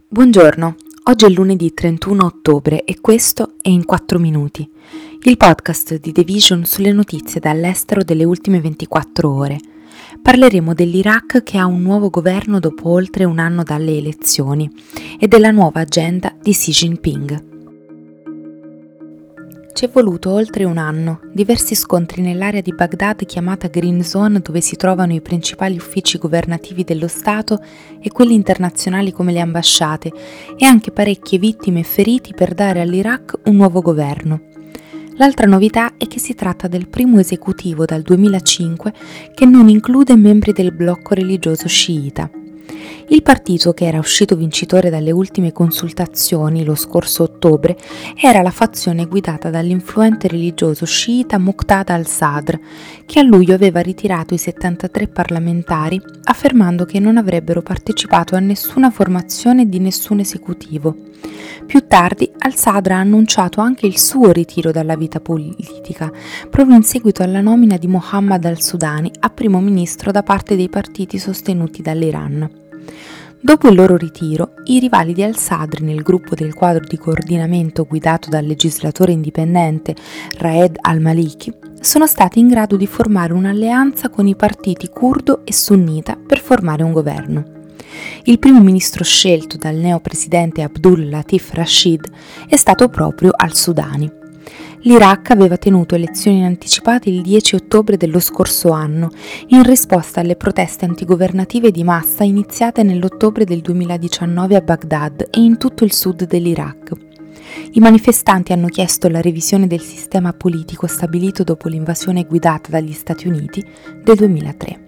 Buongiorno, oggi è lunedì 31 ottobre e questo è In 4 Minuti, il podcast di The Vision sulle notizie dall'estero delle ultime 24 ore. Parleremo dell'Iraq che ha un nuovo governo dopo oltre un anno dalle elezioni e della nuova agenda di Xi Jinping. Ci è voluto oltre un anno, diversi scontri nell'area di Baghdad chiamata Green Zone dove si trovano i principali uffici governativi dello Stato e quelli internazionali come le ambasciate e anche parecchie vittime e feriti per dare all'Iraq un nuovo governo. L'altra novità è che si tratta del primo esecutivo dal 2005 che non include membri del blocco religioso sciita. Il partito, che era uscito vincitore dalle ultime consultazioni lo scorso ottobre, era la fazione guidata dall'influente religioso sciita Muqtada al-Sadr, che a luglio aveva ritirato i 73 parlamentari, affermando che non avrebbero partecipato a nessuna formazione di nessun esecutivo. Più tardi, al-Sadr ha annunciato anche il suo ritiro dalla vita politica, proprio in seguito alla nomina di Mohammad al-Sudani a primo ministro da parte dei partiti sostenuti dall'Iran. Dopo il loro ritiro, i rivali di al-Sadr nel gruppo del quadro di coordinamento guidato dal legislatore indipendente Raed al-Maliki sono stati in grado di formare un'alleanza con i partiti curdo e sunnita per formare un governo. Il primo ministro scelto dal neopresidente Abdul Latif Rashid è stato proprio al-Sudani. L'Iraq aveva tenuto elezioni anticipate il 10 ottobre dello scorso anno, in risposta alle proteste antigovernative di massa iniziate nell'ottobre del 2019 a Baghdad e in tutto il sud dell'Iraq. I manifestanti hanno chiesto la revisione del sistema politico stabilito dopo l'invasione guidata dagli Stati Uniti del 2003.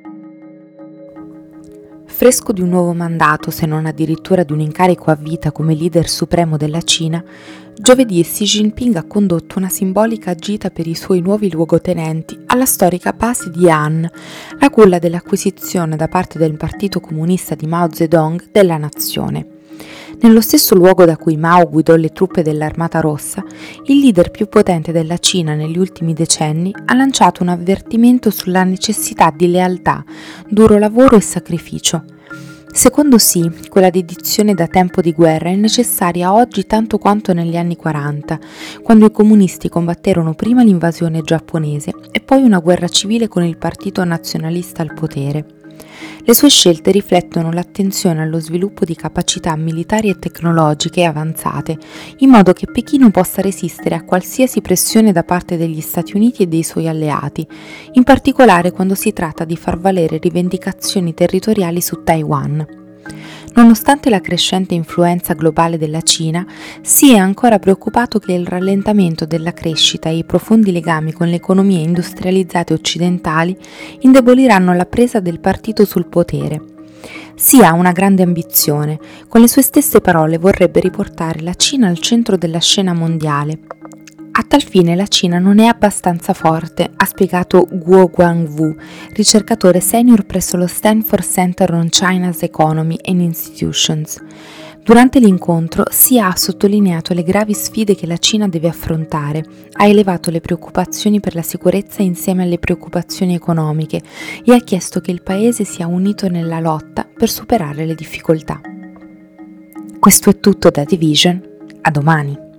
Fresco di un nuovo mandato, se non addirittura di un incarico a vita come leader supremo della Cina, giovedì Xi Jinping ha condotto una simbolica gita per i suoi nuovi luogotenenti alla storica base di Han, la culla dell'acquisizione da parte del Partito Comunista di Mao Zedong della nazione. Nello stesso luogo da cui Mao guidò le truppe dell'Armata Rossa, il leader più potente della Cina negli ultimi decenni ha lanciato un avvertimento sulla necessità di lealtà, duro lavoro e sacrificio. Secondo Xi, quella dedizione da tempo di guerra è necessaria oggi tanto quanto negli anni 40, quando i comunisti combatterono prima l'invasione giapponese e poi una guerra civile con il partito nazionalista al potere. Le sue scelte riflettono l'attenzione allo sviluppo di capacità militari e tecnologiche avanzate, in modo che Pechino possa resistere a qualsiasi pressione da parte degli Stati Uniti e dei suoi alleati, in particolare quando si tratta di far valere rivendicazioni territoriali su Taiwan. Nonostante la crescente influenza globale della Cina, si è ancora preoccupato che il rallentamento della crescita e i profondi legami con le economie industrializzate occidentali indeboliranno la presa del partito sul potere. Si ha una grande ambizione, con le sue stesse parole vorrebbe riportare la Cina al centro della scena mondiale. A tal fine la Cina non è abbastanza forte, ha spiegato Guo Guangwu, ricercatore senior presso lo Stanford Center on China's Economy and Institutions. Durante l'incontro Xi ha sottolineato le gravi sfide che la Cina deve affrontare, ha elevato le preoccupazioni per la sicurezza insieme alle preoccupazioni economiche e ha chiesto che il paese sia unito nella lotta per superare le difficoltà. Questo è tutto da The Vision, a domani.